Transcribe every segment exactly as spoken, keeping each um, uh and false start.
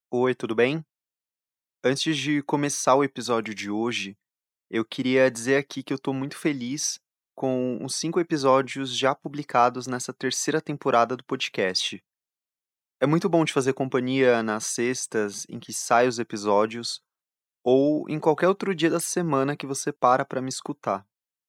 Oi, tudo bem? Antes de começar o episódio de hoje, eu queria dizer aqui que eu tô muito feliz com os cinco episódios já publicados nessa terceira temporada do podcast. É muito bom te fazer companhia nas sextas em que saem os episódios ou em qualquer outro dia da semana que você para para me escutar.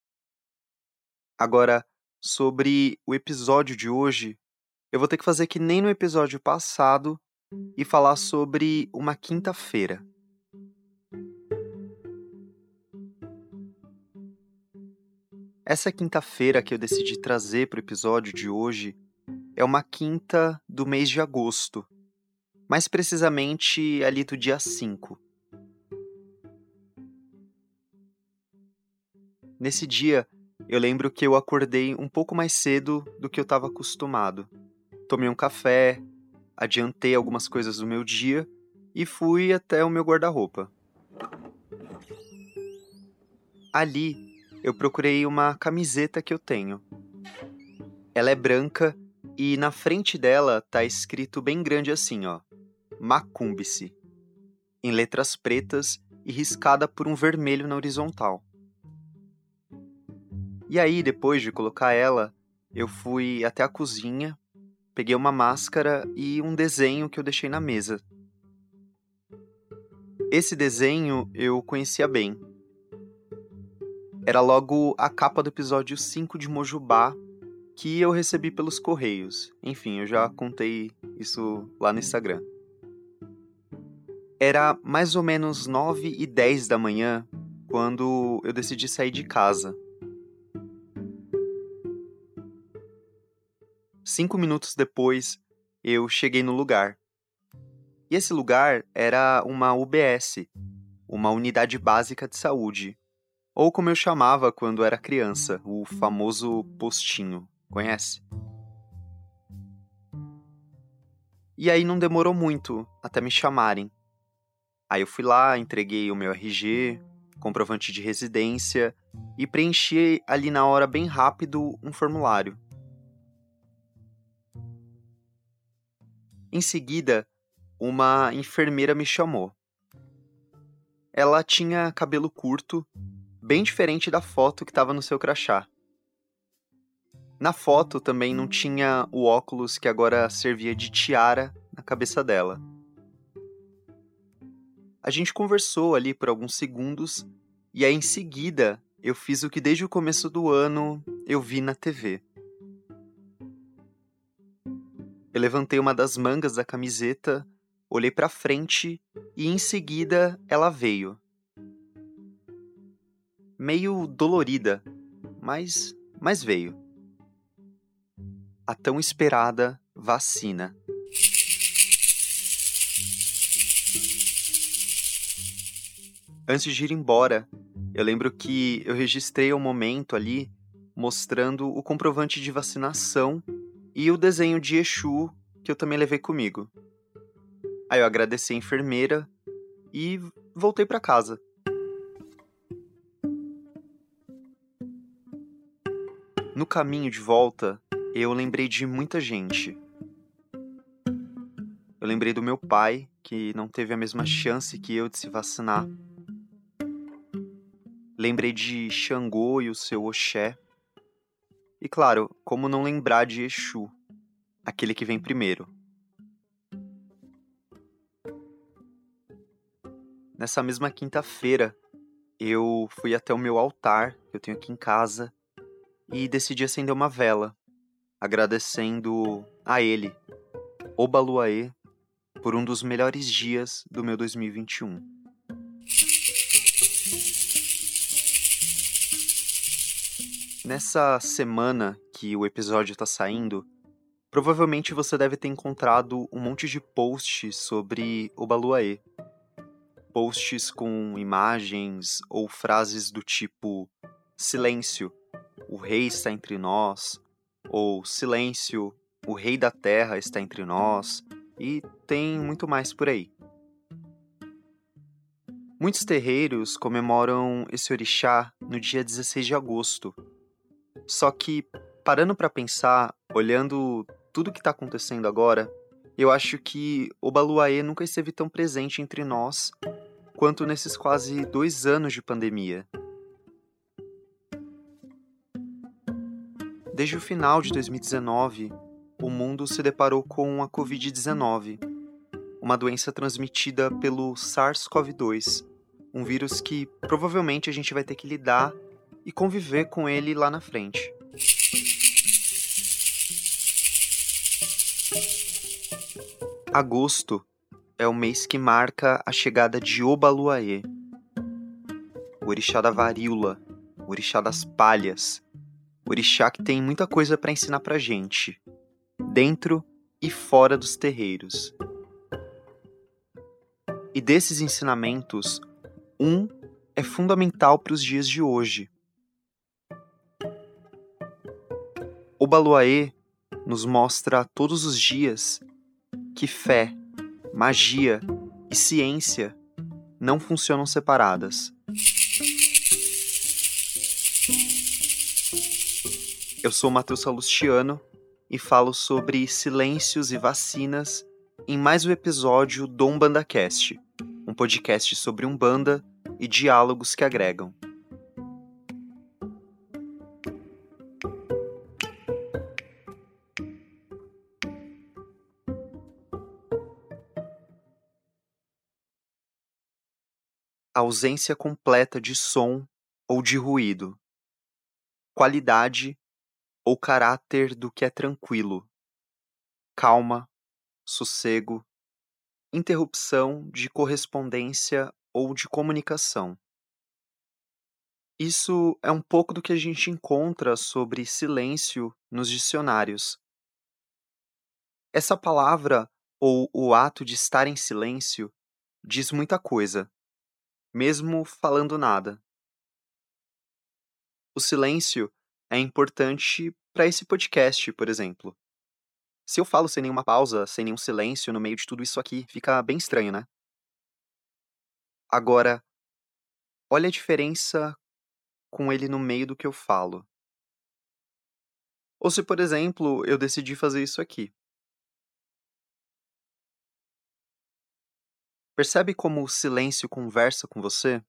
Agora, sobre o episódio de hoje, eu vou ter que fazer que nem no episódio passado e falar sobre uma quinta-feira. Essa quinta-feira que eu decidi trazer para o episódio de hoje é uma quinta do mês de agosto, mais precisamente ali do dia cinco. Nesse dia, eu lembro que eu acordei um pouco mais cedo do que eu estava acostumado. Tomei um café, adiantei algumas coisas do meu dia e fui até o meu guarda-roupa. Ali, eu procurei uma camiseta que eu tenho. Ela é branca e na frente dela tá escrito bem grande assim, ó, Macumbi-se, em letras pretas e riscada por um vermelho na horizontal. E aí, depois de colocar ela, eu fui até a cozinha, peguei uma máscara e um desenho que eu deixei na mesa. Esse desenho eu conhecia bem. Era logo a capa do episódio cinco de Mojubá, que eu recebi pelos Correios. Enfim, eu já contei isso lá no Instagram. Era mais ou menos nove e dez da manhã quando eu decidi sair de casa. Cinco minutos depois, eu cheguei no lugar. E esse lugar era uma U B S, uma unidade básica de saúde, ou como eu chamava quando era criança, o famoso postinho. Conhece? E aí não demorou muito até me chamarem. Aí eu fui lá, entreguei o meu R G, comprovante de residência e preenchi ali na hora bem rápido um formulário. Em seguida, uma enfermeira me chamou. Ela tinha cabelo curto, bem diferente da foto que estava no seu crachá. Na foto também não tinha o óculos que agora servia de tiara na cabeça dela. A gente conversou ali por alguns segundos e aí em seguida eu fiz o que desde o começo do ano eu vi na T V. Eu levantei uma das mangas da camiseta, olhei pra frente e em seguida ela veio. Meio dolorida, mas, mas veio. A tão esperada vacina. Antes de ir embora, eu lembro que eu registrei um momento ali mostrando o comprovante de vacinação e o desenho de Exu que eu também levei comigo. Aí eu agradeci a enfermeira e voltei para casa. No caminho de volta, eu lembrei de muita gente. Eu lembrei do meu pai, que não teve a mesma chance que eu de se vacinar. Lembrei de Xangô e o seu Oxé. E claro, como não lembrar de Exu, aquele que vem primeiro. Nessa mesma quinta-feira, eu fui até o meu altar, que eu tenho aqui em casa, e decidi acender uma vela, agradecendo a ele, Obaluaê, por um dos melhores dias do meu dois mil e vinte e um. Nessa semana que o episódio está saindo, provavelmente você deve ter encontrado um monte de posts sobre Obaluaê. Posts com imagens ou frases do tipo silêncio, o rei está entre nós, ou silêncio, o rei da terra está entre nós, e tem muito mais por aí. Muitos terreiros comemoram esse orixá no dia dezesseis de agosto. Só que, parando para pensar, olhando tudo que está acontecendo agora, Eu acho que Obaluayê nunca esteve tão presente entre nós quanto nesses quase dois anos de pandemia. Desde o final de dois mil e dezenove, o mundo se deparou com a covid dezenove, uma doença transmitida pelo SARS-CoV dois, um vírus que provavelmente a gente vai ter que lidar e conviver com ele lá na frente. Agosto é o mês que marca a chegada de Obaluayê, o orixá da varíola, o orixá das palhas, o orixá que tem muita coisa para ensinar pra gente, dentro e fora dos terreiros. E desses ensinamentos, um é fundamental para os dias de hoje. Obaluayê nos mostra todos os dias que fé, magia e ciência não funcionam separadas. Eu sou o Matheus Salustiano e falo sobre silêncios e vacinas em mais um episódio do UmbandaCast, um podcast sobre Umbanda e diálogos que agregam. A ausência completa de som ou de ruído, qualidade ou caráter do que é tranquilo, calma, sossego, interrupção de correspondência ou de comunicação. Isso é um pouco do que a gente encontra sobre silêncio nos dicionários. Essa palavra ou o ato de estar em silêncio diz muita coisa, mesmo falando nada. O silêncio é importante para esse podcast, por exemplo. Se eu falo sem nenhuma pausa, sem nenhum silêncio no meio de tudo isso aqui, fica bem estranho, né? Agora, olha a diferença com ele no meio do que eu falo. Ou se, por exemplo, eu decidi fazer isso aqui. Percebe como o silêncio conversa com você?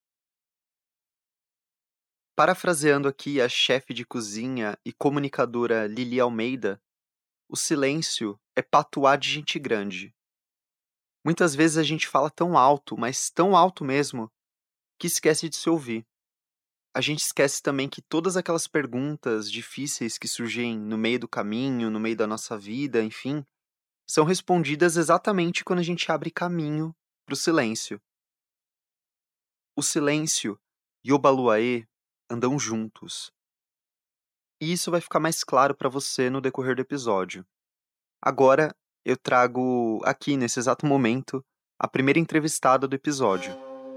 Parafraseando aqui a chefe de cozinha e comunicadora Lili Almeida, o silêncio é patuá de gente grande. Muitas vezes a gente fala tão alto, mas tão alto mesmo, que esquece de se ouvir. A gente esquece também que todas aquelas perguntas difíceis que surgem no meio do caminho, no meio da nossa vida, enfim, são respondidas exatamente quando a gente abre caminho para o silêncio. O silêncio e Obaluayê andam juntos. E isso vai ficar mais claro para você no decorrer do episódio. Agora, eu trago aqui, nesse exato momento, a primeira entrevistada do episódio.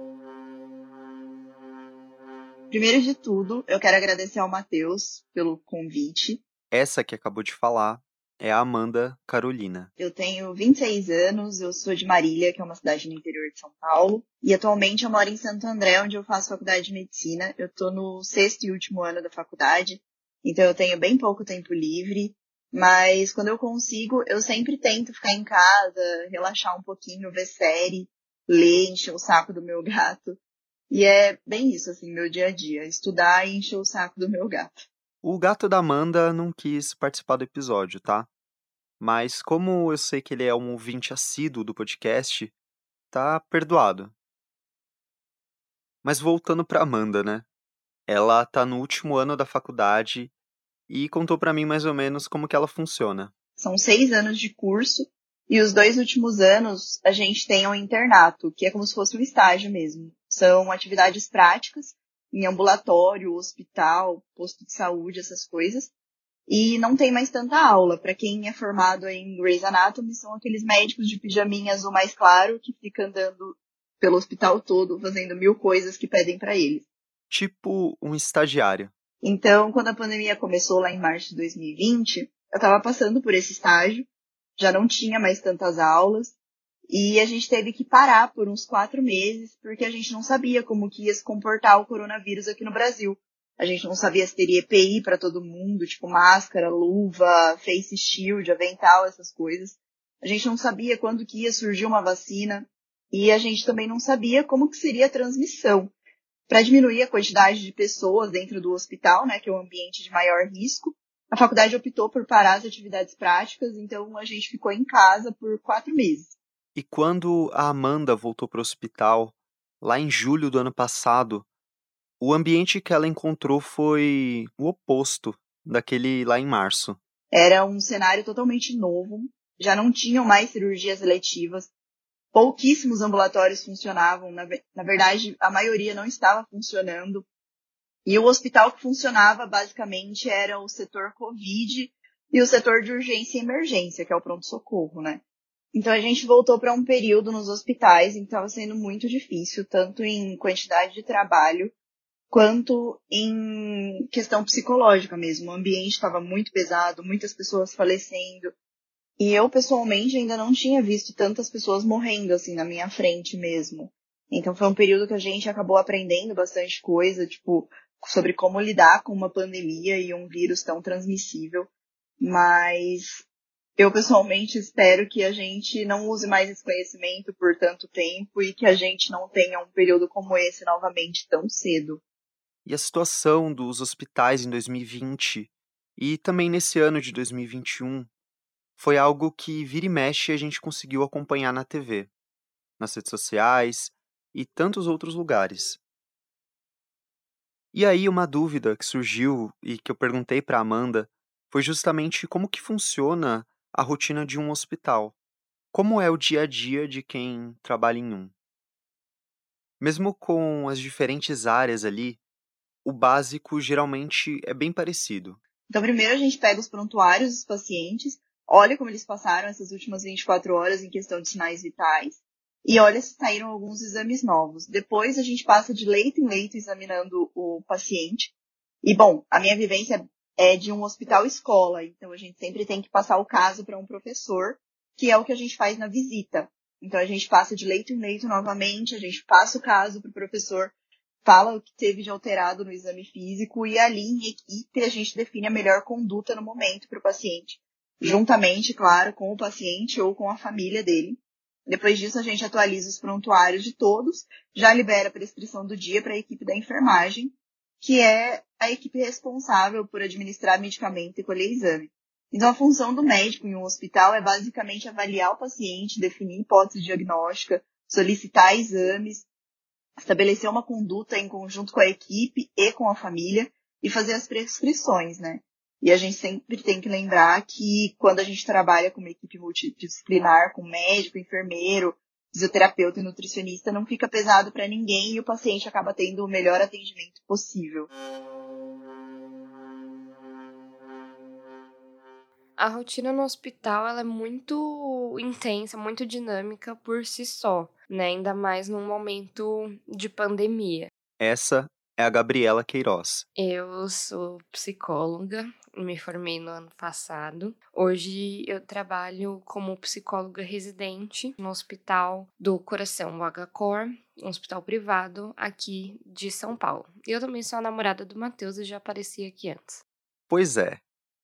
Primeiro de tudo, eu quero agradecer ao Matheus pelo convite. Essa que acabou de falar é a Amanda Carolina. Eu tenho vinte e seis anos, eu sou de Marília, que é uma cidade no interior de São Paulo. E atualmente eu moro em Santo André, onde eu faço faculdade de medicina. Eu tô no sexto e último ano da faculdade, então eu tenho bem pouco tempo livre. Mas quando eu consigo, eu sempre tento ficar em casa, relaxar um pouquinho, ver série, ler, encher o saco do meu gato. E é bem isso, assim, meu dia a dia. Estudar e encher o saco do meu gato. O gato da Amanda não quis participar do episódio, tá? Mas como eu sei que ele é um ouvinte assíduo do podcast, tá perdoado. Mas voltando pra Amanda, né? Ela tá no último ano da faculdade e contou pra mim mais ou menos como que ela funciona. São seis anos de curso e os dois últimos anos a gente tem um internato, que é como se fosse um estágio mesmo. São atividades práticas em ambulatório, hospital, posto de saúde, essas coisas. E não tem mais tanta aula. Para quem é formado em Grey's Anatomy, são aqueles médicos de pijaminha azul mais claro que ficam andando pelo hospital todo, fazendo mil coisas que pedem para eles. Tipo um estagiário. Então, quando a pandemia começou lá em março de dois mil e vinte, eu estava passando por esse estágio, já não tinha mais tantas aulas, e a gente teve que parar por uns quatro meses, porque a gente não sabia como que ia se comportar o coronavírus aqui no Brasil. A gente não sabia se teria E P I para todo mundo, tipo máscara, luva, face shield, avental, essas coisas. A gente não sabia quando que ia surgir uma vacina e a gente também não sabia como que seria a transmissão. Para diminuir a quantidade de pessoas dentro do hospital, né, que é o ambiente de maior risco, a faculdade optou por parar as atividades práticas, então a gente ficou em casa por quatro meses. E quando a Amanda voltou para o hospital, lá em julho do ano passado, o ambiente que ela encontrou foi o oposto daquele lá em março. Era um cenário totalmente novo, já não tinham mais cirurgias eletivas, pouquíssimos ambulatórios funcionavam, na, na verdade a maioria não estava funcionando, e o hospital que funcionava basicamente era o setor Covid e o setor de urgência e emergência, que é o pronto-socorro, né? Então a gente voltou para um período nos hospitais em que estava sendo muito difícil, tanto em quantidade de trabalho, quanto em questão psicológica mesmo. O ambiente estava muito pesado, muitas pessoas falecendo. E eu, pessoalmente, ainda não tinha visto tantas pessoas morrendo assim na minha frente mesmo. Então foi um período que a gente acabou aprendendo bastante coisa, tipo, sobre como lidar com uma pandemia e um vírus tão transmissível. Mas eu, pessoalmente, espero que a gente não use mais esse conhecimento por tanto tempo e que a gente não tenha um período como esse novamente tão cedo. E a situação dos hospitais em dois mil e vinte e também nesse ano de dois mil e vinte e um foi algo que vira e mexe a gente conseguiu acompanhar na T V, nas redes sociais e tantos outros lugares. E aí uma dúvida que surgiu e que eu perguntei para Amanda foi justamente como que funciona a rotina de um hospital. Como é o dia a dia de quem trabalha em um? Mesmo com as diferentes áreas ali, o básico geralmente é bem parecido. Então, primeiro a gente pega os prontuários dos pacientes, olha como eles passaram essas últimas vinte e quatro horas em questão de sinais vitais e olha se saíram alguns exames novos. Depois a gente passa de leito em leito examinando o paciente. E, bom, a minha vivência é de um hospital-escola, então a gente sempre tem que passar o caso para um professor, que é o que a gente faz na visita. Então a gente passa de leito em leito novamente, a gente passa o caso para o professor, fala o que teve de alterado no exame físico e ali em equipe a gente define a melhor conduta no momento para o paciente, juntamente, claro, com o paciente ou com a família dele. Depois disso a gente atualiza os prontuários de todos, já libera a prescrição do dia para a equipe da enfermagem, que é a equipe responsável por administrar medicamento e colher exame. Então a função do médico em um hospital é basicamente avaliar o paciente, definir hipótese diagnóstica, solicitar exames, estabelecer uma conduta em conjunto com a equipe e com a família e fazer as prescrições, né? E a gente sempre tem que lembrar que quando a gente trabalha com uma equipe multidisciplinar, com médico, enfermeiro, fisioterapeuta e nutricionista, não fica pesado para ninguém e o paciente acaba tendo o melhor atendimento possível. A rotina no hospital ela é muito intensa, muito dinâmica por si só, né? Ainda mais num momento de pandemia. Essa é a Gabriela Queiroz. Eu sou psicóloga, me formei no ano passado. Hoje eu trabalho como psicóloga residente no Hospital do Coração, o H-Cor, um hospital privado aqui de São Paulo. E eu também sou a namorada do Matheus e já apareci aqui antes. Pois é.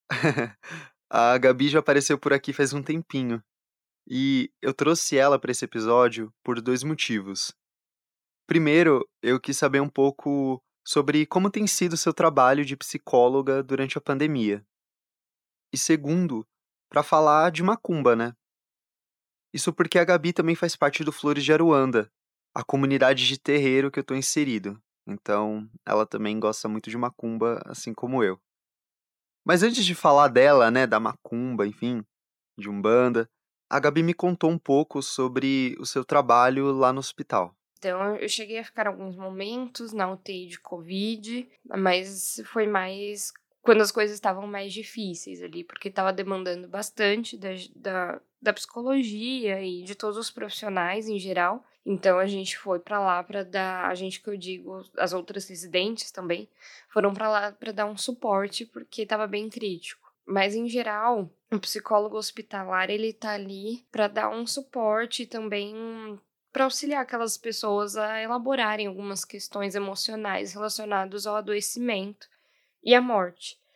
A Gabi já apareceu por aqui faz um tempinho. E eu trouxe ela para esse episódio por dois motivos. Primeiro, eu quis saber um pouco sobre como tem sido o seu trabalho de psicóloga durante a pandemia. E segundo, para falar de macumba, né? Isso porque a Gabi também faz parte do Flores de Aruanda, a comunidade de terreiro que eu tô inserido. Então, ela também gosta muito de macumba, assim como eu. Mas antes de falar dela, né, da macumba, enfim, de umbanda, a Gabi me contou um pouco sobre o seu trabalho lá no hospital. Então, eu cheguei a ficar alguns momentos na U T I de Covid, mas foi mais quando as coisas estavam mais difíceis ali, porque estava demandando bastante da, da, da psicologia e de todos os profissionais em geral. Então, a gente foi para lá para dar, a gente que eu digo, as outras residentes também, foram para lá para dar um suporte, porque estava bem crítico. Mas, em geral, o psicólogo hospitalar, ele tá ali para dar um suporte e também para auxiliar aquelas pessoas a elaborarem algumas questões emocionais relacionadas ao adoecimento e à morte.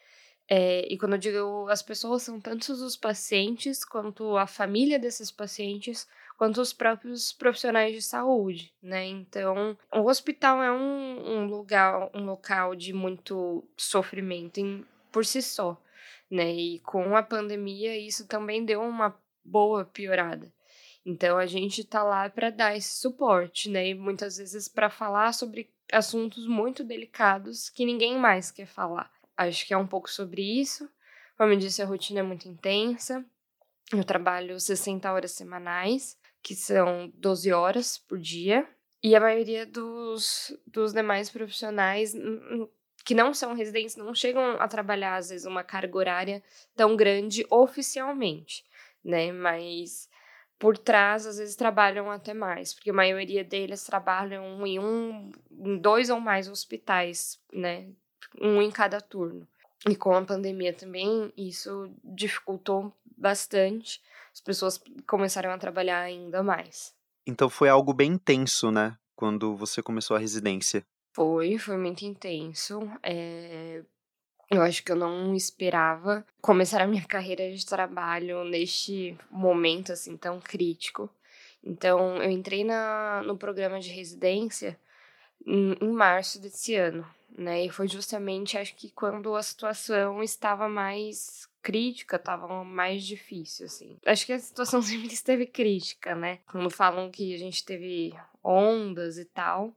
É, e quando eu digo as pessoas, são tanto os pacientes, quanto a família desses pacientes, quanto os próprios profissionais de saúde, né? Então, o hospital é um, um lugar, um local de muito sofrimento em, por si só, né? E com a pandemia, isso também deu uma boa piorada. Então, a gente tá lá para dar esse suporte, né? E muitas vezes para falar sobre assuntos muito delicados que ninguém mais quer falar. Acho que é um pouco sobre isso. Como eu disse, a rotina é muito intensa. Eu trabalho sessenta horas semanais, que são doze horas por dia. E a maioria dos, dos demais profissionais que não são residentes não chegam a trabalhar, às vezes, uma carga horária tão grande oficialmente, né? Mas por trás, às vezes, trabalham até mais, porque a maioria deles trabalham em um, em dois ou mais hospitais, né? Um em cada turno. E com a pandemia também, isso dificultou bastante. As pessoas começaram a trabalhar ainda mais. Então foi algo bem intenso, né? Quando você começou a residência. Foi, foi muito intenso. É... Eu acho que eu não esperava começar a minha carreira de trabalho neste momento, assim, tão crítico. Então, eu entrei na, no programa de residência em, em março desse ano, né? E foi justamente, acho que, quando a situação estava mais crítica, estava mais difícil, assim. Acho que a situação sempre esteve crítica, né? Quando falam que a gente teve ondas e tal,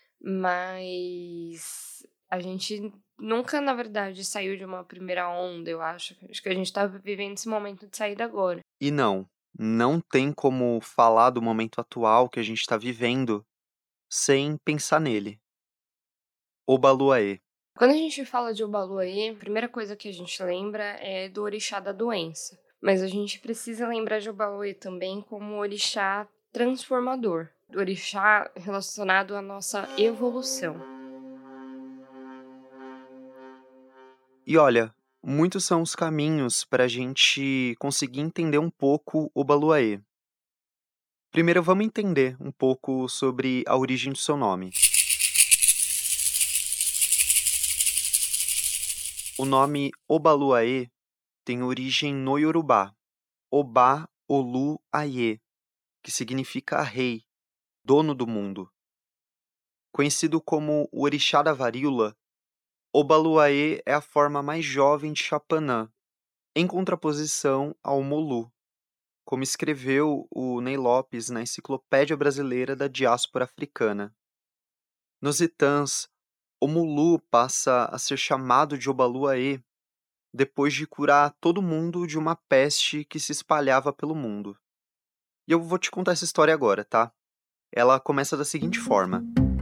mas a gente nunca, na verdade, saiu de uma primeira onda, eu acho. Acho que a gente tá vivendo esse momento de saída agora. E não, não tem como falar do momento atual que a gente está vivendo sem pensar nele. Obaluaê. Quando a gente fala de Obaluaê, a primeira coisa que a gente lembra é do orixá da doença. Mas a gente precisa lembrar de Obaluaê também como orixá transformador. Orixá relacionado à nossa evolução. E olha, muitos são os caminhos para a gente conseguir entender um pouco Obaluaê. Primeiro, vamos entender um pouco sobre a origem do seu nome. O nome Obaluaê tem origem no Yorubá, Oba Olu Aye, que significa rei, dono do mundo. Conhecido como o orixá da varíola, Obaluaê é a forma mais jovem de Chapanã, em contraposição ao Molu, como escreveu o Ney Lopes na Enciclopédia Brasileira da Diáspora Africana. Nos Itãs, o Molu passa a ser chamado de Obaluaê depois de curar todo mundo de uma peste que se espalhava pelo mundo. E eu vou te contar essa história agora, tá? Ela começa da seguinte forma.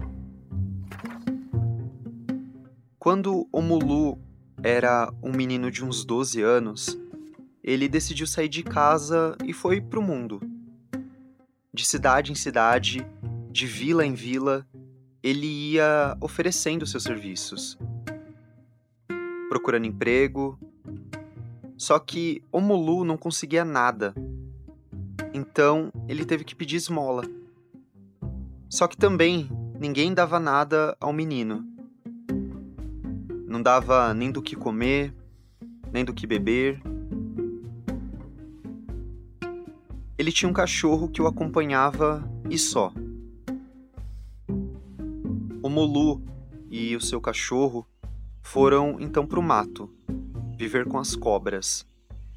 Quando o Molu era um menino de uns doze anos, ele decidiu sair de casa e foi pro mundo. De cidade em cidade, de vila em vila, ele ia oferecendo seus serviços, procurando emprego. Só que o Molu não conseguia nada. Então, ele teve que pedir esmola. Só que também ninguém dava nada ao menino. Não dava nem do que comer, nem do que beber. Ele tinha um cachorro que o acompanhava e só. O Molu e o seu cachorro foram então para o mato, viver com as cobras.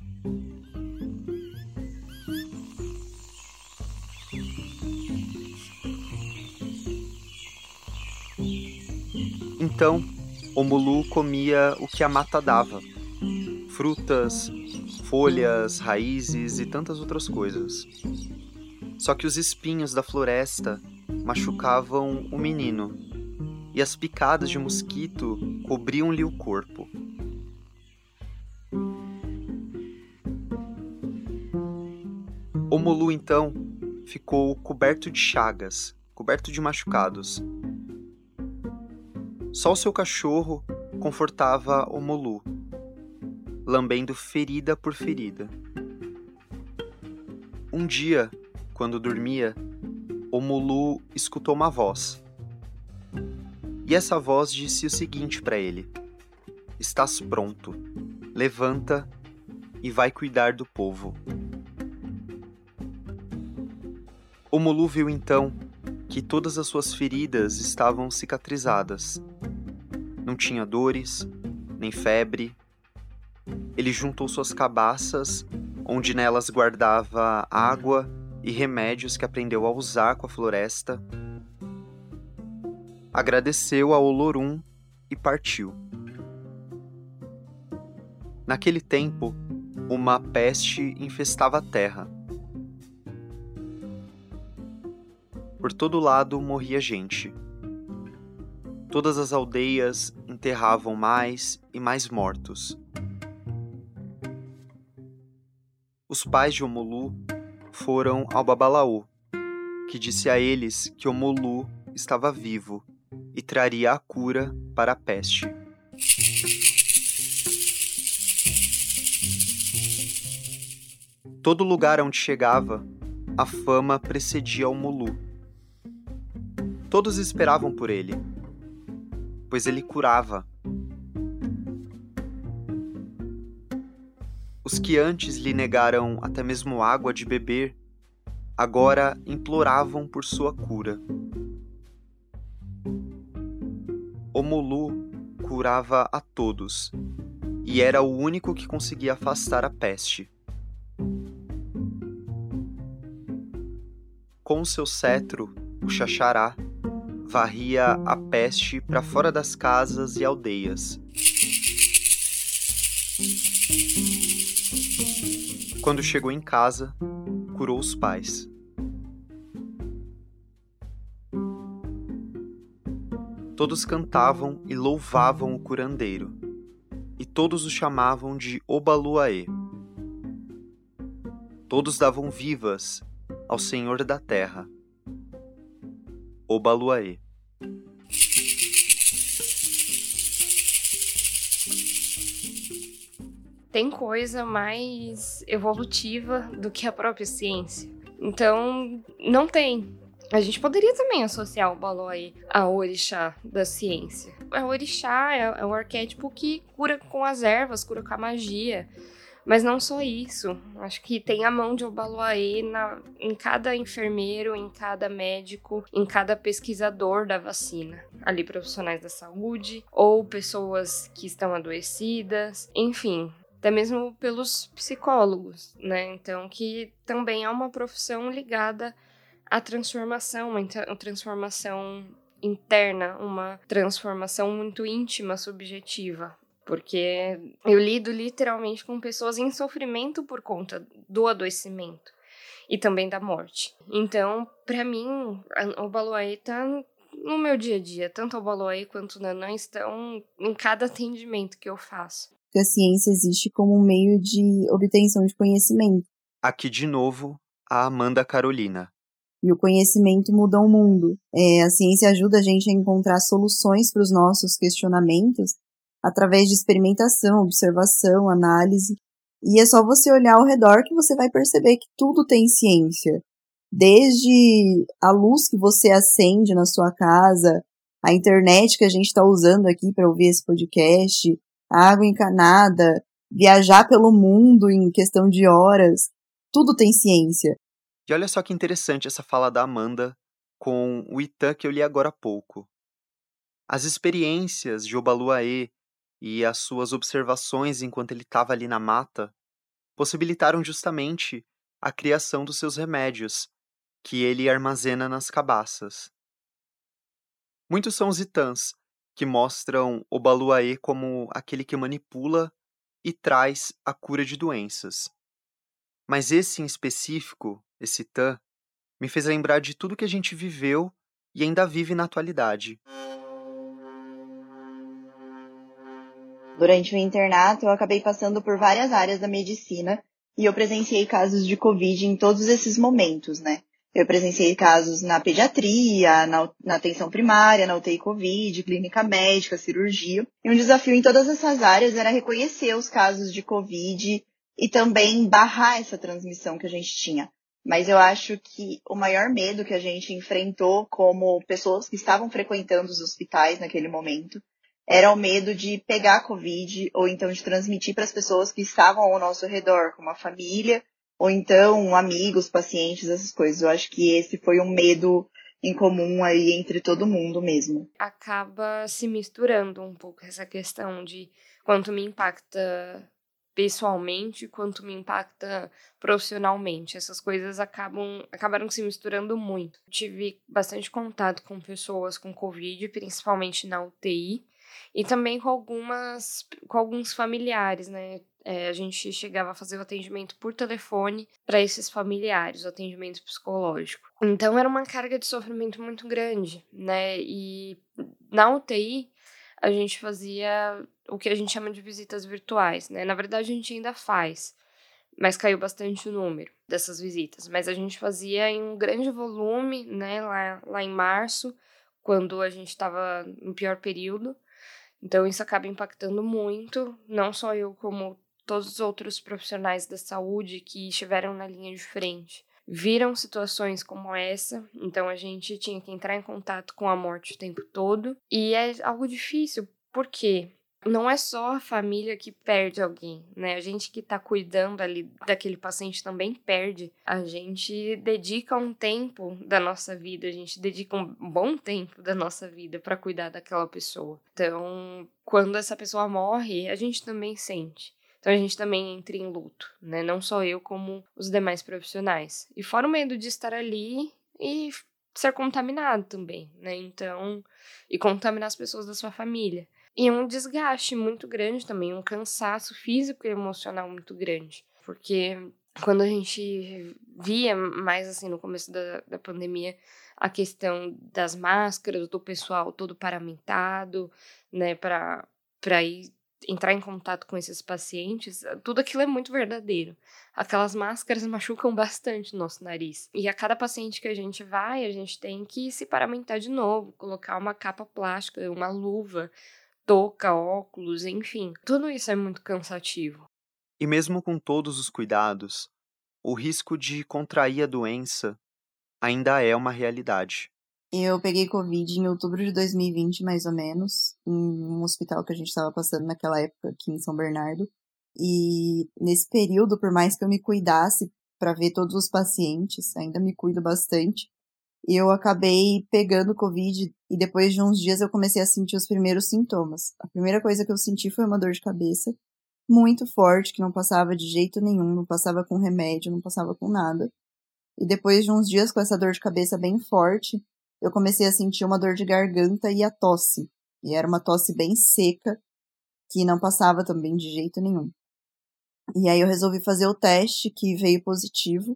Então, o Molu comia o que a mata dava, frutas, folhas, raízes e tantas outras coisas. Só que os espinhos da floresta machucavam o menino, e as picadas de mosquito cobriam-lhe o corpo. O Molu, então, ficou coberto de chagas, coberto de machucados. Só o seu cachorro confortava o Molu, lambendo ferida por ferida. Um dia, quando dormia, o Molu escutou uma voz. E essa voz disse o seguinte para ele: "Estás pronto." levanta e vai cuidar do povo. Omulu viu então que todas as suas feridas estavam cicatrizadas. Não tinha dores, nem febre. Ele juntou suas cabaças, onde nelas guardava água e remédios que aprendeu a usar com a floresta. Agradeceu a Olorum e partiu. Naquele tempo, uma peste infestava a terra. Por todo lado morria gente. Todas as aldeias enterravam mais e mais mortos. Os pais de Omulu foram ao Babalaô, que disse a eles que Omulu estava vivo e traria a cura para a peste. Todo lugar onde chegava, a fama precedia Omulu. Todos esperavam por ele, pois ele curava. Os que antes lhe negaram até mesmo água de beber, agora imploravam por sua cura. Omulu curava a todos, e era o único que conseguia afastar a peste. Com seu cetro, o Xaxará varria a peste para fora das casas e aldeias. Quando chegou em casa, curou os pais. Todos cantavam e louvavam o curandeiro, e todos o chamavam de Obaluaê. Todos davam vivas ao Senhor da Terra, Obaluaê. Tem coisa mais evolutiva do que a própria ciência. Então, não tem. A gente poderia também associar o Obaluaê ao orixá da ciência. O orixá é, é o arquétipo que cura com as ervas, cura com a magia. Mas não só isso. Acho que tem a mão de Obaluaê na, em cada enfermeiro, em cada médico, em cada pesquisador da vacina. Ali profissionais da saúde, ou pessoas que estão adoecidas, enfim. Até mesmo pelos psicólogos, né? Então, que também é uma profissão ligada à transformação, uma transformação interna, uma transformação muito íntima, subjetiva. Porque eu lido literalmente com pessoas em sofrimento por conta do adoecimento e também da morte. Então, para mim, o Obaluaê tá no meu dia a dia. Tanto o Obaluaê quanto o Nanã estão em cada atendimento que eu faço. A ciência existe como um meio de obtenção de conhecimento. Aqui de novo, a Amanda Carolina. E o conhecimento muda o mundo. É, a ciência ajuda a gente a encontrar soluções para os nossos questionamentos através de experimentação, observação, análise. E é só você olhar ao redor que você vai perceber que tudo tem ciência. Desde a luz que você acende na sua casa, a internet que a gente está usando aqui para ouvir esse podcast, a água encanada, viajar pelo mundo em questão de horas, tudo tem ciência. E olha só que interessante essa fala da Amanda com o Itã que eu li agora há pouco. As experiências de Obaluaê e as suas observações enquanto ele estava ali na mata possibilitaram justamente a criação dos seus remédios, que ele armazena nas cabaças. Muitos são os Itãs, que mostram Obaluaê como aquele que manipula e traz a cura de doenças. Mas esse em específico, esse Itã, me fez lembrar de tudo que a gente viveu e ainda vive na atualidade. Durante o internato, eu acabei passando por várias áreas da medicina e eu presenciei casos de Covid em todos esses momentos, né? Eu presenciei casos na pediatria, na, na atenção primária, na U T I Covid, clínica médica, cirurgia. E um desafio em todas essas áreas era reconhecer os casos de Covid e também barrar essa transmissão que a gente tinha. Mas eu acho que o maior medo que a gente enfrentou como pessoas que estavam frequentando os hospitais naquele momento era o medo de pegar Covid ou então de transmitir para as pessoas que estavam ao nosso redor, como a família, ou então amigos, pacientes, essas coisas. Eu acho que esse foi um medo em comum aí entre todo mundo mesmo. Acaba se misturando um pouco essa questão de quanto me impacta pessoalmente, quanto me impacta profissionalmente. Essas coisas acabam acabaram se misturando muito. Tive bastante contato com pessoas com Covid, principalmente na U T I, e também com algumas com alguns familiares, né? É, a gente chegava a fazer o atendimento por telefone para esses familiares, o atendimento psicológico. Então era uma carga de sofrimento muito grande, né? E na U T I a gente fazia o que a gente chama de visitas virtuais, né? Na verdade a gente ainda faz, mas caiu bastante o número dessas visitas. Mas a gente fazia em um grande volume, né? Lá, lá em março, quando a gente estava no pior período. Então isso acaba impactando muito, não só eu, como todos os outros profissionais da saúde que estiveram na linha de frente. Viram situações como essa, então a gente tinha que entrar em contato com a morte o tempo todo. E é algo difícil, porque não é só a família que perde alguém, né? A gente que tá cuidando ali daquele paciente também perde. A gente dedica um tempo da nossa vida, a gente dedica um bom tempo da nossa vida para cuidar daquela pessoa. Então, quando essa pessoa morre, a gente também sente. Então a gente também entra em luto, né? Não só eu, como os demais profissionais. E fora o medo de estar ali e ser contaminado também, né? Então, e contaminar as pessoas da sua família. E um desgaste muito grande também, um cansaço físico e emocional muito grande. Porque quando a gente via mais assim no começo da, da pandemia a questão das máscaras, do pessoal todo paramentado, né, para para ir entrar em contato com esses pacientes, tudo aquilo é muito verdadeiro. Aquelas máscaras machucam bastante o nosso nariz. E a cada paciente que a gente vai, a gente tem que se paramentar de novo, colocar uma capa plástica, uma luva, touca, óculos, enfim. Tudo isso é muito cansativo. E mesmo com todos os cuidados, o risco de contrair a doença ainda é uma realidade. Eu peguei Covid em outubro de dois mil e vinte, mais ou menos, em um hospital que a gente estava passando naquela época aqui em São Bernardo. E nesse período, por mais que eu me cuidasse para ver todos os pacientes, ainda me cuido bastante, eu acabei pegando Covid e depois de uns dias eu comecei a sentir os primeiros sintomas. A primeira coisa que eu senti foi uma dor de cabeça muito forte, que não passava de jeito nenhum, não passava com remédio, não passava com nada. E depois de uns dias com essa dor de cabeça bem forte, eu comecei a sentir uma dor de garganta e a tosse. E era uma tosse bem seca, que não passava também de jeito nenhum. E aí eu resolvi fazer o teste, que veio positivo.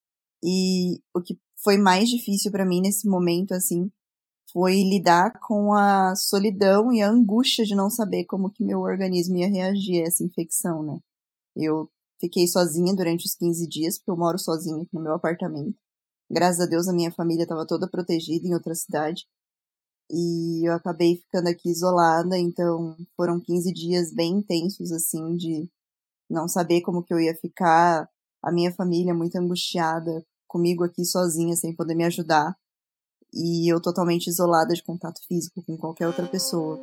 E o que foi mais difícil para mim nesse momento, assim, foi lidar com a solidão e a angústia de não saber como que meu organismo ia reagir a essa infecção, né? Eu fiquei sozinha durante os quinze dias, porque eu moro sozinha aqui no meu apartamento. Graças a Deus a minha família estava toda protegida em outra cidade. E eu acabei ficando aqui isolada, então foram quinze dias bem intensos, assim, de não saber como que eu ia ficar. A minha família muito angustiada comigo aqui sozinha, sem poder me ajudar. E eu totalmente isolada de contato físico com qualquer outra pessoa.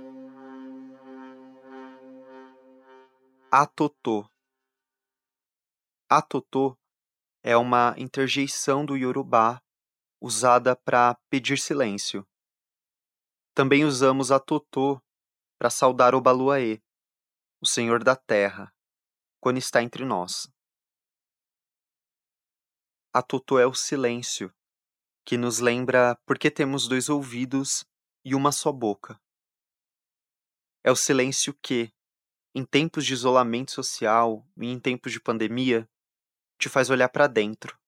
Atotô. Atotô é uma interjeição do Yorubá usada para pedir silêncio. Também usamos atotô para saudar o Baluaê, o Senhor da Terra, quando está entre nós. Atotô é o silêncio, que nos lembra por que temos dois ouvidos e uma só boca. É o silêncio que, em tempos de isolamento social e em tempos de pandemia, te faz olhar para dentro.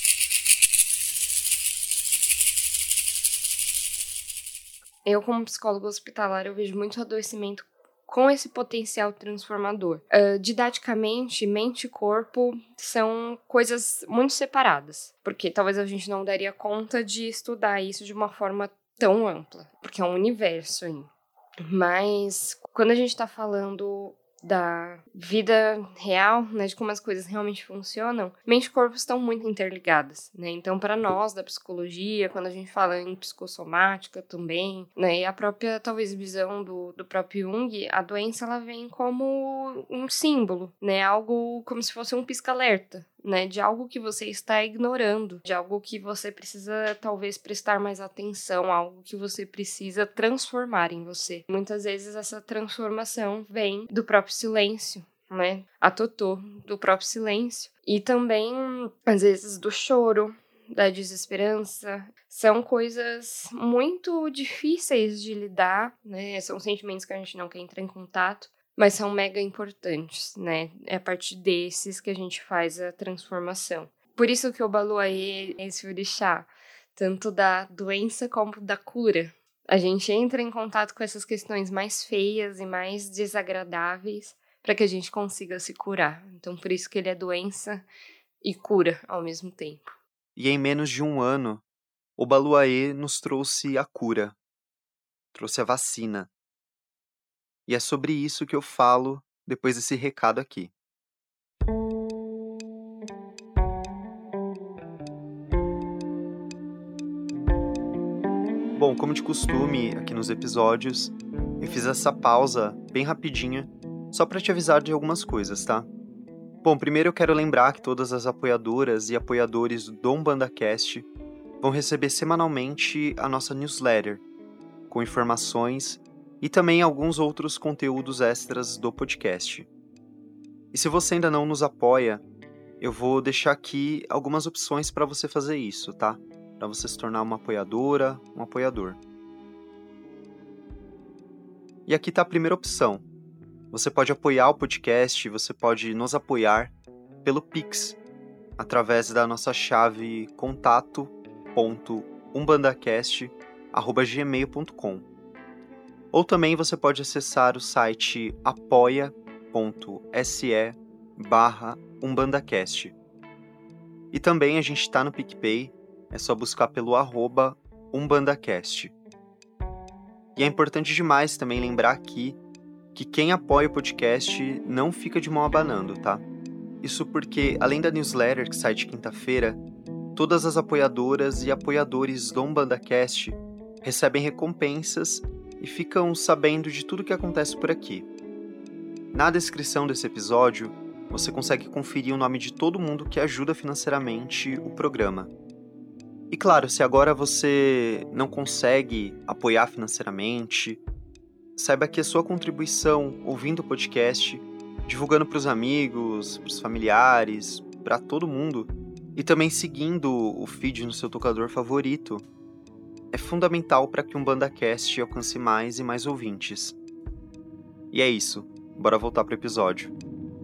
Eu, como psicóloga hospitalar, eu vejo muito adoecimento com esse potencial transformador. Uh, didaticamente, mente e corpo são coisas muito separadas, porque talvez a gente não daria conta de estudar isso de uma forma tão ampla, porque é um universo aí. Mas quando a gente está falando da vida real, né, de como as coisas realmente funcionam, mente e corpo estão muito interligadas, né? Então, para nós da psicologia, quando a gente fala em psicossomática também, né, e a própria, talvez, visão do, do próprio Jung, a doença, ela vem como um símbolo, né? Algo como se fosse um pisca-alerta, né, de algo que você está ignorando, de algo que você precisa talvez prestar mais atenção, algo que você precisa transformar em você. Muitas vezes essa transformação vem do próprio silêncio, né, a Totô, do próprio silêncio, e também às vezes do choro, da desesperança. São coisas muito difíceis de lidar, né, são sentimentos que a gente não quer entrar em contato, mas são mega importantes, né? É a partir desses que a gente faz a transformação. Por isso que o Baluaê é esse orixá, tanto da doença como da cura. A gente entra em contato com essas questões mais feias e mais desagradáveis para que a gente consiga se curar. Então, por isso que ele é doença e cura ao mesmo tempo. E em menos de um ano, o Baluaê nos trouxe a cura, trouxe a vacina. E é sobre isso que eu falo depois desse recado aqui. Bom, como de costume aqui nos episódios, eu fiz essa pausa bem rapidinha, só para te avisar de algumas coisas, tá? Bom, primeiro eu quero lembrar que todas as apoiadoras e apoiadores do UmbandaCast vão receber semanalmente a nossa newsletter, com informações e também alguns outros conteúdos extras do podcast. E se você ainda não nos apoia, eu vou deixar aqui algumas opções para você fazer isso, tá? Para você se tornar uma apoiadora, um apoiador. E aqui está a primeira opção. Você pode apoiar o podcast, você pode nos apoiar pelo Pix, através da nossa chave contato ponto umbandacast arroba gmail ponto com. Ou também você pode acessar o site apoia.se barra umbandacast. E também a gente está no PicPay, é só buscar pelo arroba umbandacast. E é importante demais também lembrar aqui que quem apoia o podcast não fica de mão abanando, tá? Isso porque, além da newsletter que sai de quinta-feira, todas as apoiadoras e apoiadores do UmbandaCast recebem recompensas e ficam sabendo de tudo que acontece por aqui. Na descrição desse episódio, você consegue conferir o nome de todo mundo que ajuda financeiramente o programa. E claro, se agora você não consegue apoiar financeiramente, saiba que a sua contribuição ouvindo o podcast, divulgando para os amigos, para os familiares, para todo mundo, e também seguindo o feed no seu tocador favorito, é fundamental para que o UmbandaCast alcance mais e mais ouvintes. E é isso, bora voltar para o episódio.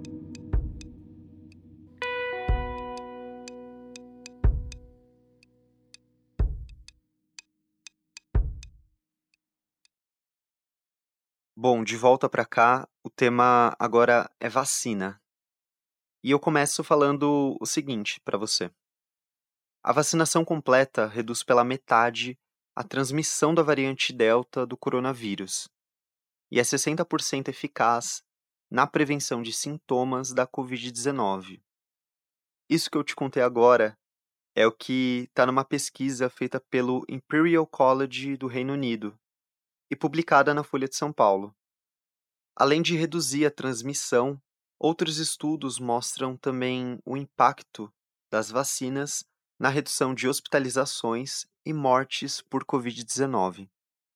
Bom, de volta para cá, o tema agora é vacina. E eu começo falando o seguinte para você. A vacinação completa reduz pela metade a transmissão da variante Delta do coronavírus e é sessenta por cento eficaz na prevenção de sintomas da covid dezenove. Isso que eu te contei agora é o que está numa pesquisa feita pelo Imperial College do Reino Unido e publicada na Folha de São Paulo. Além de reduzir a transmissão, outros estudos mostram também o impacto das vacinas na redução de hospitalizações e mortes por covid dezenove.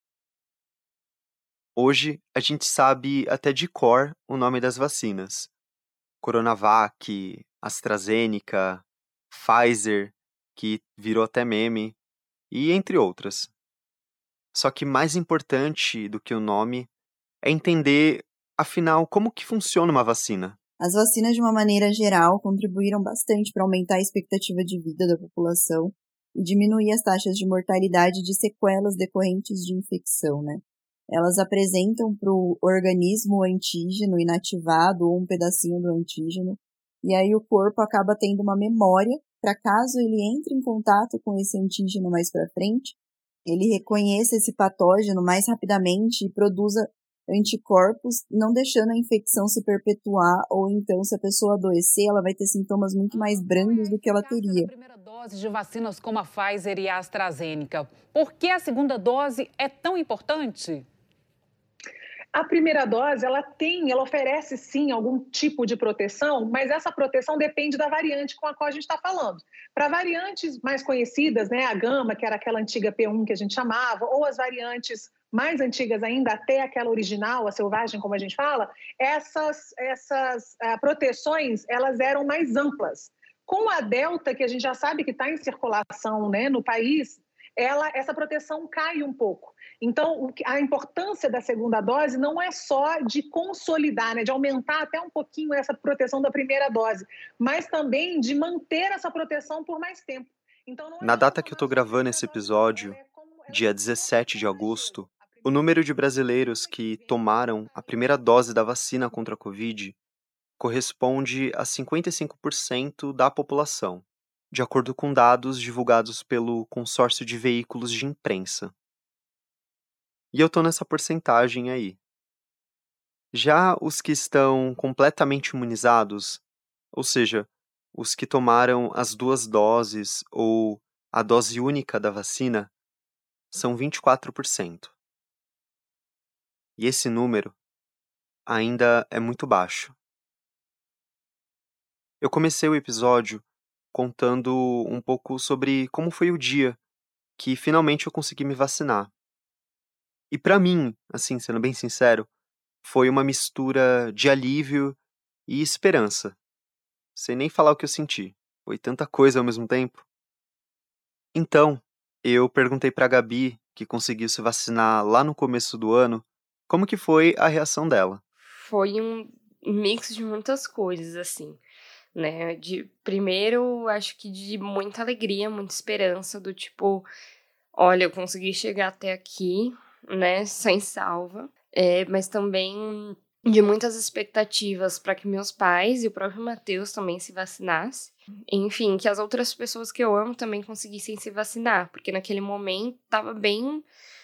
Hoje, a gente sabe até de cor o nome das vacinas. Coronavac, AstraZeneca, Pfizer, que virou até meme, e entre outras. Só que mais importante do que o nome é entender, afinal, como que funciona uma vacina. As vacinas, de uma maneira geral, contribuíram bastante para aumentar a expectativa de vida da população e diminuir as taxas de mortalidade de sequelas decorrentes de infecção, né? Elas apresentam para o organismo o antígeno inativado ou um pedacinho do antígeno, e aí o corpo acaba tendo uma memória para caso ele entre em contato com esse antígeno mais para frente, ele reconheça esse patógeno mais rapidamente e produza anticorpos, não deixando a infecção se perpetuar, ou então, se a pessoa adoecer, ela vai ter sintomas muito mais brandos do que ela teria. A primeira dose de vacinas como a Pfizer e a AstraZeneca. Por que a segunda dose é tão importante? A primeira dose, ela tem, ela oferece sim algum tipo de proteção, mas essa proteção depende da variante com a qual a gente está falando. Para variantes mais conhecidas, né, a gama, que era aquela antiga P um que a gente chamava, ou as variantes mais antigas ainda, até aquela original, a selvagem, como a gente fala, essas, essas uh, proteções, elas eram mais amplas. Com a Delta, que a gente já sabe que está em circulação, né, no país, ela, essa proteção cai um pouco. Então, a importância da segunda dose não é só de consolidar, né, de aumentar até um pouquinho essa proteção da primeira dose, mas também de manter essa proteção por mais tempo. Então, não é Na data que eu estou gravando esse episódio, dia dezessete de agosto, o número de brasileiros que tomaram a primeira dose da vacina contra a Covid corresponde a cinquenta e cinco por cento da população, de acordo com dados divulgados pelo Consórcio de Veículos de Imprensa. E eu tô nessa porcentagem aí. Já os que estão completamente imunizados, ou seja, os que tomaram as duas doses ou a dose única da vacina, são vinte e quatro por cento. E esse número ainda é muito baixo. Eu comecei o episódio contando um pouco sobre como foi o dia que finalmente eu consegui me vacinar. E pra mim, assim, sendo bem sincero, foi uma mistura de alívio e esperança. Sem nem falar o que eu senti. Foi tanta coisa ao mesmo tempo. Então, eu perguntei pra Gabi, que conseguiu se vacinar lá no começo do ano, como que foi a reação dela. Foi um mix de muitas coisas, assim, né? De, primeiro, acho que de muita alegria, muita esperança, do tipo, olha, eu consegui chegar até aqui, né, sem salva, é, mas também de muitas expectativas para que meus pais e o próprio Matheus também se vacinassem. Enfim, que as outras pessoas que eu amo também conseguissem se vacinar, porque naquele momento estava bem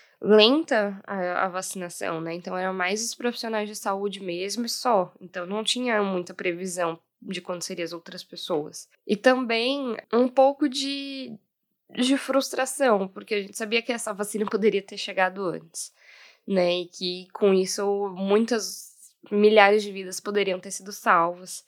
lenta a, a vacinação, né? Então, eram mais os profissionais de saúde mesmo e só. Então, não tinha muita previsão de quando seriam as outras pessoas. E também um pouco de, de frustração, porque a gente sabia que essa vacina poderia ter chegado antes, né? E que, com isso, muitas milhares de vidas poderiam ter sido salvas.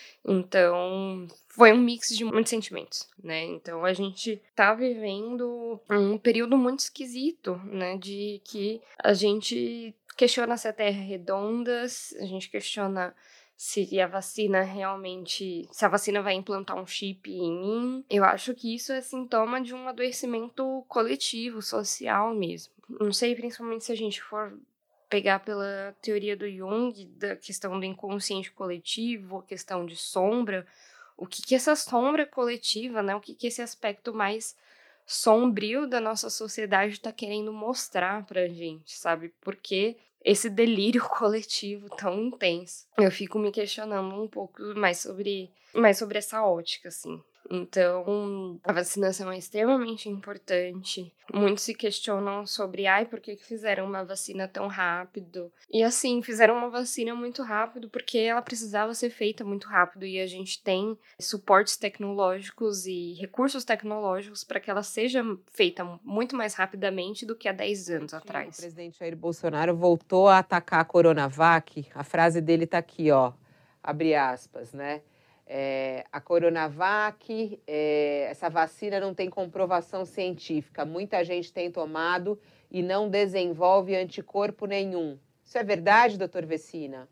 Então, foi um mix de muitos sentimentos, né? Então, a gente tá vivendo um período muito esquisito, né? De que a gente questiona se a Terra é redonda, a gente questiona se a vacina realmente... se a vacina vai implantar um chip em mim. Eu acho que isso é sintoma de um adoecimento coletivo, social mesmo. Não sei, principalmente se a gente for pegar pela teoria do Jung, da questão do inconsciente coletivo, a questão de sombra, o que que essa sombra coletiva, né, o que que esse aspecto mais sombrio da nossa sociedade está querendo mostrar pra gente, sabe? Porque esse delírio coletivo tão intenso. Eu fico me questionando um pouco mais sobre, mais sobre essa ótica, assim. Então, a vacinação é extremamente importante. Muitos se questionam sobre, ai, por que que fizeram uma vacina tão rápido? E assim, fizeram uma vacina muito rápido porque ela precisava ser feita muito rápido e a gente tem suportes tecnológicos e recursos tecnológicos para que ela seja feita muito mais rapidamente do que há dez anos atrás. O presidente Jair Bolsonaro voltou a atacar a Coronavac. A frase dele está aqui, ó, abre aspas, né? É, a Coronavac, é, essa vacina não tem comprovação científica. Muita gente tem tomado e não desenvolve anticorpo nenhum. Isso é verdade, doutor Vecina?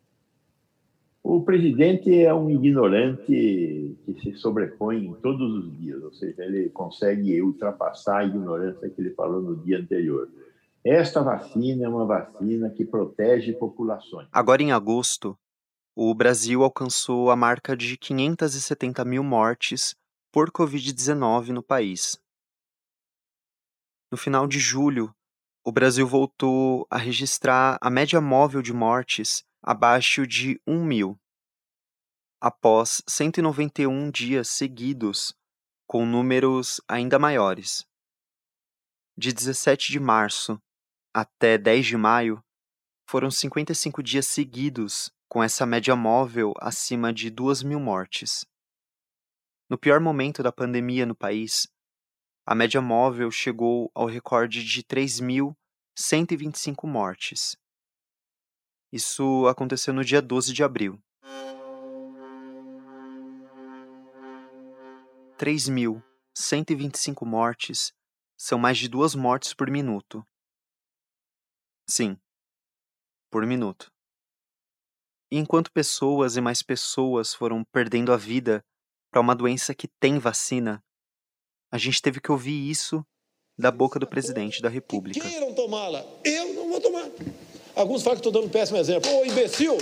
O presidente é um ignorante que se sobrepõe todos os dias, ou seja, ele consegue ultrapassar a ignorância que ele falou no dia anterior. Esta vacina é uma vacina que protege populações. Agora, em agosto, o Brasil alcançou a marca de quinhentas e setenta mil mortes por covid dezenove no país. No final de julho, o Brasil voltou a registrar a média móvel de mortes abaixo de um mil, após cento e noventa e um dias seguidos com números ainda maiores. De dezessete de março até dez de maio, Foram cinquenta e cinco dias seguidos com essa média móvel acima de duas mil mortes. No pior momento da pandemia no país, a média móvel chegou ao recorde de três mil cento e vinte e cinco mortes. Isso aconteceu no dia doze de abril. três mil cento e vinte e cinco mortes são mais de duas mortes por minuto. Sim, por minuto. E enquanto pessoas e mais pessoas foram perdendo a vida para uma doença que tem vacina, a gente teve que ouvir isso da boca do presidente da República. Que queiram tomá-la, eu não vou tomar. Alguns falam que estou dando um péssimo exemplo. Ô, imbecil!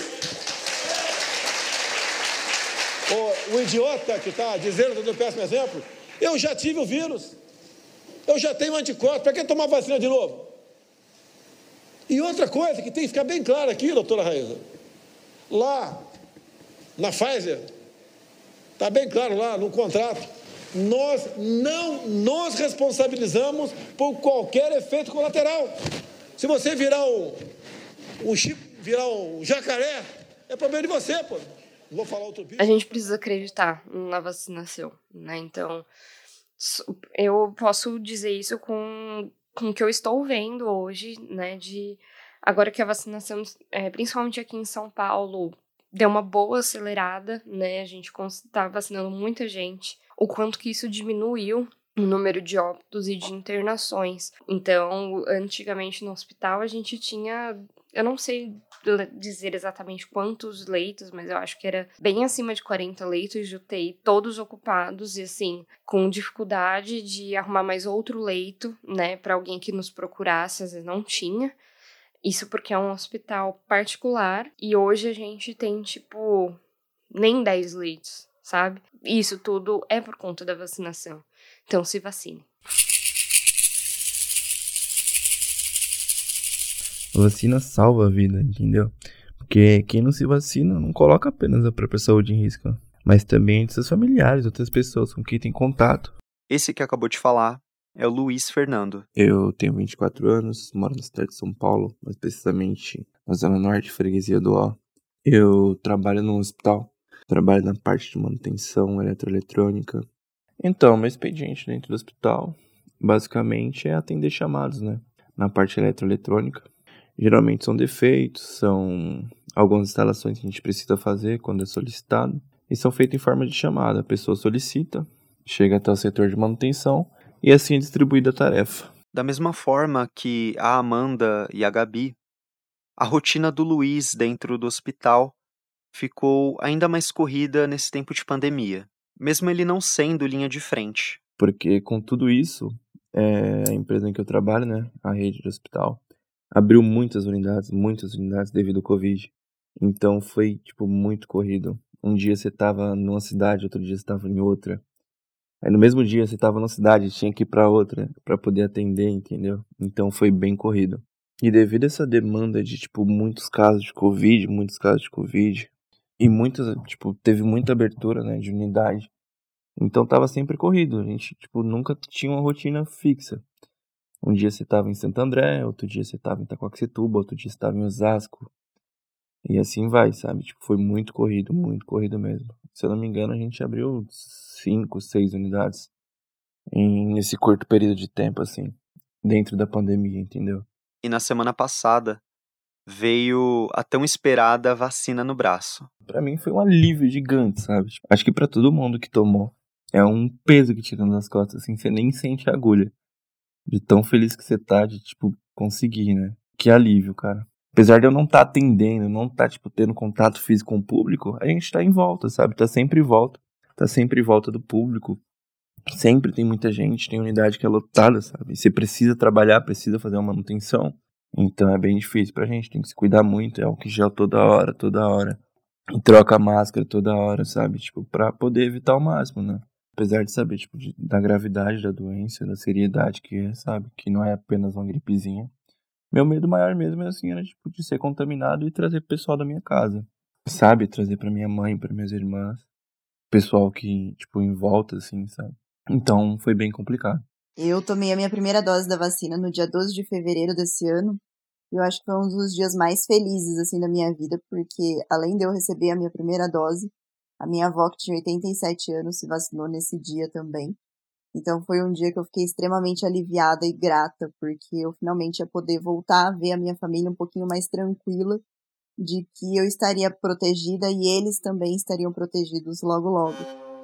Ô, o idiota que está dizendo que eu estou dando um péssimo exemplo, eu já tive o vírus. Eu já tenho anticorpos. Para que tomar vacina de novo? E outra coisa que tem que ficar bem claro aqui, doutora Raíza. Lá, na Pfizer, está bem claro lá no contrato, nós não nos responsabilizamos por qualquer efeito colateral. Se você virar um, um chip, virar um jacaré, é problema de você, pô. Não vou falar outro bicho. A gente precisa acreditar na vacinação, né? Então, eu posso dizer isso com, com o que eu estou vendo hoje, né? De agora que a vacinação, é, principalmente aqui em São Paulo, deu uma boa acelerada, né? A gente está vacinando muita gente. O quanto que isso diminuiu o número de óbitos e de internações. Então, antigamente no hospital a gente tinha, eu não sei dizer exatamente quantos leitos, mas eu acho que era bem acima de quarenta leitos de U T I, todos ocupados e assim, com dificuldade de arrumar mais outro leito, né, para alguém que nos procurasse, às vezes não tinha. Isso porque é um hospital particular e hoje a gente tem, tipo, nem dez leitos, sabe? Isso tudo é por conta da vacinação. Então, se vacine. A vacina salva a vida, entendeu? Porque quem não se vacina não coloca apenas a própria saúde em risco, mas também de seus familiares, outras pessoas com quem tem contato. Esse que acabou de falar é o Luiz Fernando. Eu tenho vinte e quatro anos, moro na cidade de São Paulo, mais precisamente na Zona Norte, Freguesia do Ó. Eu trabalho num hospital, trabalho na parte de manutenção eletroeletrônica. Então, meu expediente dentro do hospital, basicamente, é atender chamados, né? Na parte eletroeletrônica. Geralmente são defeitos, são algumas instalações que a gente precisa fazer quando é solicitado. E são feitas em forma de chamada. A pessoa solicita, chega até o setor de manutenção e assim é distribuída a tarefa. Da mesma forma que a Amanda e a Gabi, a rotina do Luiz dentro do hospital ficou ainda mais corrida nesse tempo de pandemia, mesmo ele não sendo linha de frente. Porque com tudo isso, é, a empresa em que eu trabalho, né, a rede de hospital, abriu muitas unidades, muitas unidades devido ao Covid. Então foi, tipo, muito corrido. Um dia você tava numa cidade, outro dia você tava em outra. Aí no mesmo dia você tava numa cidade e tinha que ir pra outra pra poder atender, entendeu? Então foi bem corrido. E devido a essa demanda de, tipo, muitos casos de Covid, muitos casos de Covid, e muitas, tipo, teve muita abertura, né, de unidade. Então tava sempre corrido, a gente, tipo, nunca tinha uma rotina fixa. Um dia você tava em Santo André, outro dia você tava em Itaquaquecetuba, outro dia você tava em Osasco. E assim vai, sabe? Tipo, foi muito corrido, muito corrido mesmo. Se eu não me engano, a gente abriu cinco, seis unidades em, nesse curto período de tempo, assim, dentro da pandemia, entendeu? E na semana passada, veio a tão esperada vacina no braço. Pra mim foi um alívio gigante, sabe? Tipo, acho que pra todo mundo que tomou, é um peso que tira nas costas, assim, você nem sente a agulha. De tão feliz que você tá de, tipo, conseguir, né? Que alívio, cara. Apesar de eu não estar tá atendendo, não estar, tá, tipo, tendo contato físico com o público, a gente tá em volta, sabe? Tá sempre em volta. Tá sempre em volta do público. Sempre tem muita gente, tem unidade que é lotada, sabe? E você precisa trabalhar, precisa fazer uma manutenção. Então é bem difícil pra gente, tem que se cuidar muito, é álcool gel toda hora, toda hora. E troca a máscara toda hora, sabe? Tipo, pra poder evitar o máximo, né? Apesar de saber, tipo, de, da gravidade da doença, da seriedade que é, sabe? Que não é apenas uma gripezinha. Meu medo maior mesmo, assim, era, tipo, de ser contaminado e trazer pro pessoal da minha casa. Sabe? Trazer pra minha mãe, pra minhas irmãs. Pessoal que, tipo, em volta, assim, sabe? Então, foi bem complicado. Eu tomei a minha primeira dose da vacina no dia doze de fevereiro desse ano. Eu acho que foi um dos dias mais felizes, assim, da minha vida, porque além de eu receber a minha primeira dose, a minha avó, que tinha oitenta e sete anos, se vacinou nesse dia também. Então foi um dia que eu fiquei extremamente aliviada e grata, porque eu finalmente ia poder voltar a ver a minha família um pouquinho mais tranquila, de que eu estaria protegida e eles também estariam protegidos logo logo.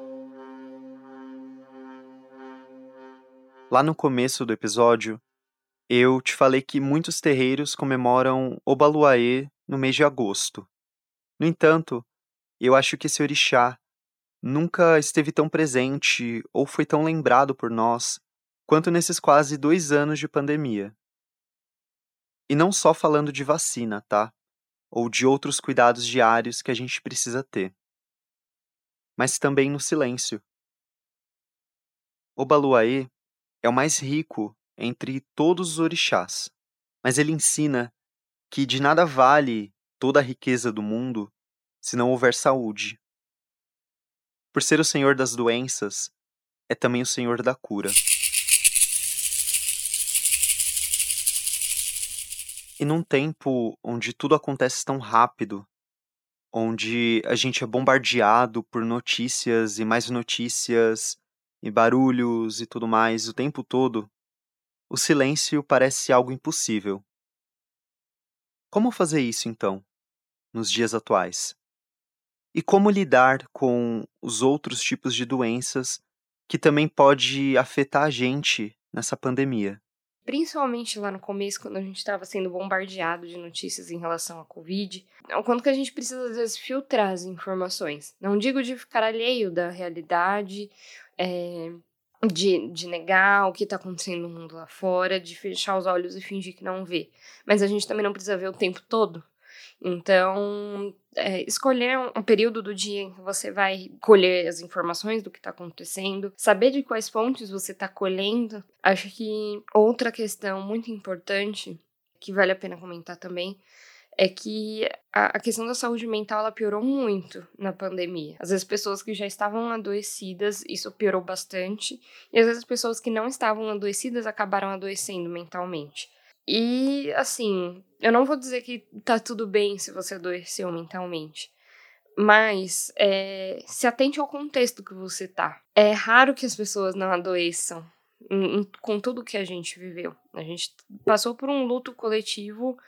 Lá no começo do episódio, eu te falei que muitos terreiros comemoram Obaluaê no mês de agosto. No entanto, eu acho que esse orixá nunca esteve tão presente ou foi tão lembrado por nós quanto nesses quase dois anos de pandemia. E não só falando de vacina, tá? Ou de outros cuidados diários que a gente precisa ter, mas também no silêncio. Obaluaê é o mais rico entre todos os orixás, mas ele ensina que de nada vale toda a riqueza do mundo se não houver saúde. Por ser o senhor das doenças, é também o senhor da cura. E num tempo onde tudo acontece tão rápido, onde a gente é bombardeado por notícias e mais notícias, e barulhos e tudo mais o tempo todo, o silêncio parece algo impossível. Como fazer isso, então, nos dias atuais? E como lidar com os outros tipos de doenças que também pode afetar a gente nessa pandemia? Principalmente lá no começo, quando a gente estava sendo bombardeado de notícias em relação à Covid, o quanto que a gente precisa, às vezes, filtrar as informações. Não digo de ficar alheio da realidade, é, de, de negar o que está acontecendo no mundo lá fora, de fechar os olhos e fingir que não vê. Mas a gente também não precisa ver o tempo todo. Então, é, escolher um período do dia em que você vai colher as informações do que está acontecendo, saber de quais fontes você está colhendo. Acho que outra questão muito importante, que vale a pena comentar também, é que a, a questão da saúde mental ela piorou muito na pandemia. Às vezes pessoas que já estavam adoecidas, isso piorou bastante, e às vezes pessoas que não estavam adoecidas acabaram adoecendo mentalmente. E, assim, eu não vou dizer que tá tudo bem se você adoeceu mentalmente, mas é, se atente ao contexto que você tá. É raro que as pessoas não adoeçam em, em, com tudo que a gente viveu. A gente passou por um luto coletivo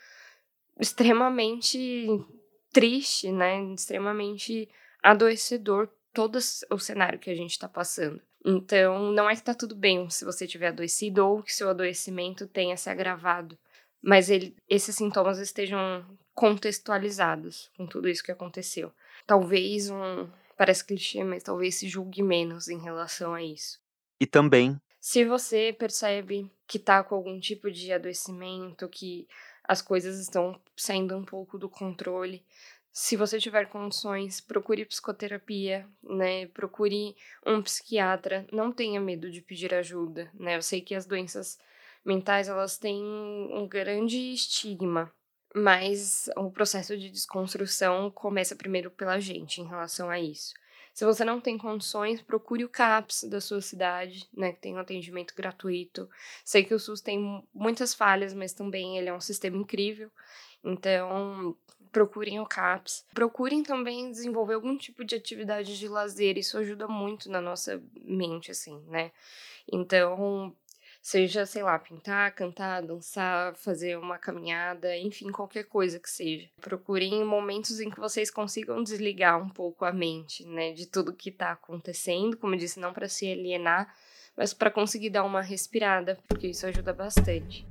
extremamente triste, né? Extremamente adoecedor, todo o cenário que a gente tá passando. Então, não é que tá tudo bem se você tiver adoecido ou que seu adoecimento tenha se agravado, mas ele, esses sintomas estejam contextualizados com tudo isso que aconteceu. Talvez, um, parece clichê, mas talvez se julgue menos em relação a isso. E também, se você percebe que tá com algum tipo de adoecimento, que as coisas estão saindo um pouco do controle, se você tiver condições, procure psicoterapia, né? Procure um psiquiatra. Não tenha medo de pedir ajuda, né? Eu sei que as doenças mentais, elas têm um grande estigma, mas o processo de desconstrução começa primeiro pela gente em relação a isso. Se você não tem condições, procure o CAPS da sua cidade, né? Que tem um atendimento gratuito. Sei que o SUS tem muitas falhas, mas também ele é um sistema incrível. Então, procurem o CAPS. Procurem também desenvolver algum tipo de atividade de lazer. Isso ajuda muito na nossa mente, assim, né? Então, seja, sei lá, pintar, cantar, dançar, fazer uma caminhada, enfim, qualquer coisa que seja. Procurem momentos em que vocês consigam desligar um pouco a mente, né? De tudo que tá acontecendo. Como eu disse, não para se alienar, mas para conseguir dar uma respirada, porque isso ajuda bastante.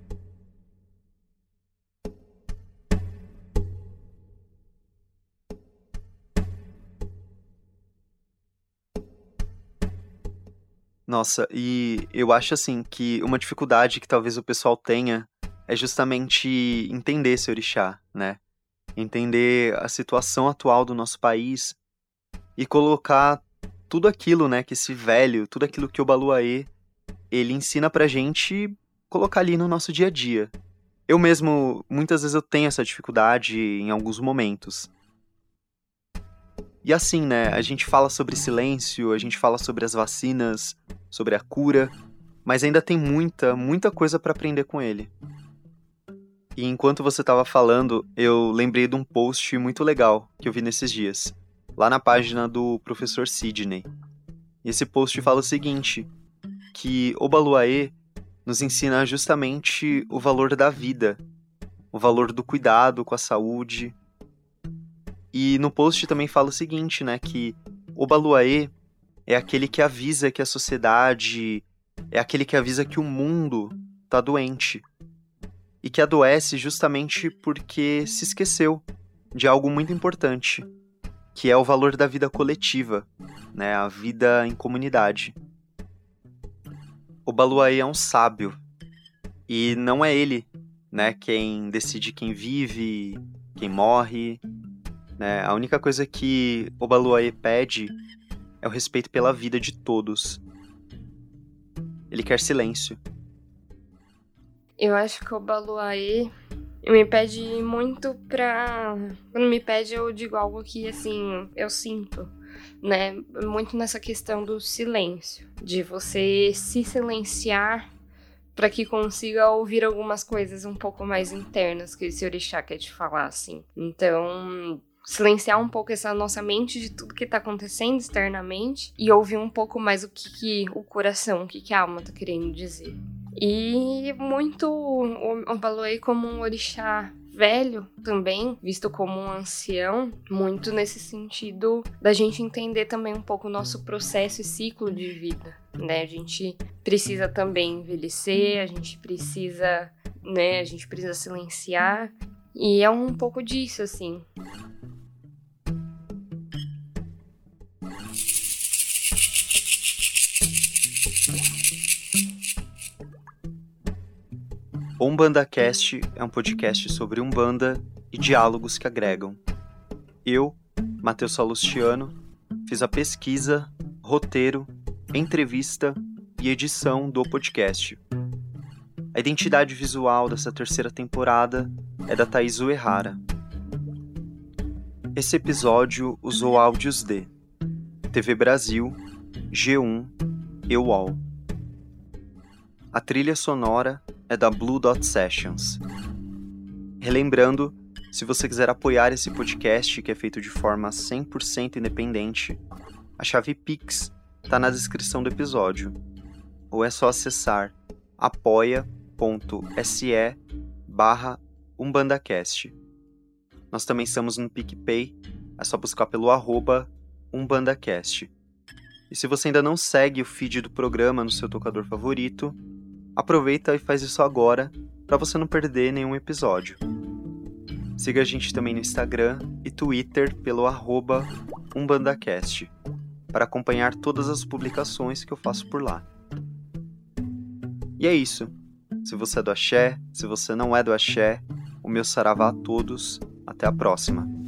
Nossa, e eu acho assim que uma dificuldade que talvez o pessoal tenha é justamente entender esse orixá, né? Entender a situação atual do nosso país e colocar tudo aquilo, né, que esse velho, tudo aquilo que o Obaluaê, ele ensina pra gente colocar ali no nosso dia a dia. Eu mesmo, muitas vezes eu tenho essa dificuldade em alguns momentos. E assim, né, a gente fala sobre silêncio, a gente fala sobre as vacinas, sobre a cura, mas ainda tem muita, muita coisa para aprender com ele. E enquanto você estava falando, eu lembrei de um post muito legal que eu vi nesses dias, lá na página do professor Sidney. E esse post fala o seguinte, que Obaluayê nos ensina justamente o valor da vida, o valor do cuidado com a saúde. E no post também fala o seguinte, né, que Obaluayê é aquele que avisa que a sociedade, é aquele que avisa que o mundo está doente. E que adoece justamente porque se esqueceu de algo muito importante, que é o valor da vida coletiva, né, a vida em comunidade. Obaluayê é um sábio, e não é ele, né, quem decide quem vive, quem morre, né? A única coisa que Obaluayê pede é o respeito pela vida de todos. Ele quer silêncio. Eu acho que o Obaluayê me pede muito pra... Quando me pede, eu digo algo que, assim, eu sinto, né? Muito nessa questão do silêncio. De você se silenciar para que consiga ouvir algumas coisas um pouco mais internas que esse orixá quer te falar, assim. Então, silenciar um pouco essa nossa mente de tudo que tá acontecendo externamente e ouvir um pouco mais o que, que o coração, o que, que a alma tá querendo dizer. E muito o Obaluayê como um orixá velho também, visto como um ancião, muito nesse sentido da gente entender também um pouco o nosso processo e ciclo de vida, né? A gente precisa também envelhecer, a gente precisa, né? A gente precisa silenciar, e é um pouco disso, assim. UmbandaCast é um podcast sobre Umbanda e diálogos que agregam. Eu, Matheus Salustiano, fiz a pesquisa, roteiro, entrevista e edição do podcast. A identidade visual dessa terceira temporada é da Thaís Uehara. Esse episódio usou áudios de T V Brasil, G um e U O L. A trilha sonora é da Blue Dot Sessions. Relembrando, se você quiser apoiar esse podcast, que é feito de forma cem por cento independente, a chave Pix está na descrição do episódio. Ou é só acessar apoia.se barra umbandacast. Nós também estamos no PicPay, é só buscar pelo arroba umbandacast. E se você ainda não segue o feed do programa no seu tocador favorito, aproveita e faz isso agora, para você não perder nenhum episódio. Siga a gente também no Instagram e Twitter pelo arroba umbandacast, para acompanhar todas as publicações que eu faço por lá. E é isso. Se você é do axé, se você não é do axé, o meu saravá a todos. Até a próxima.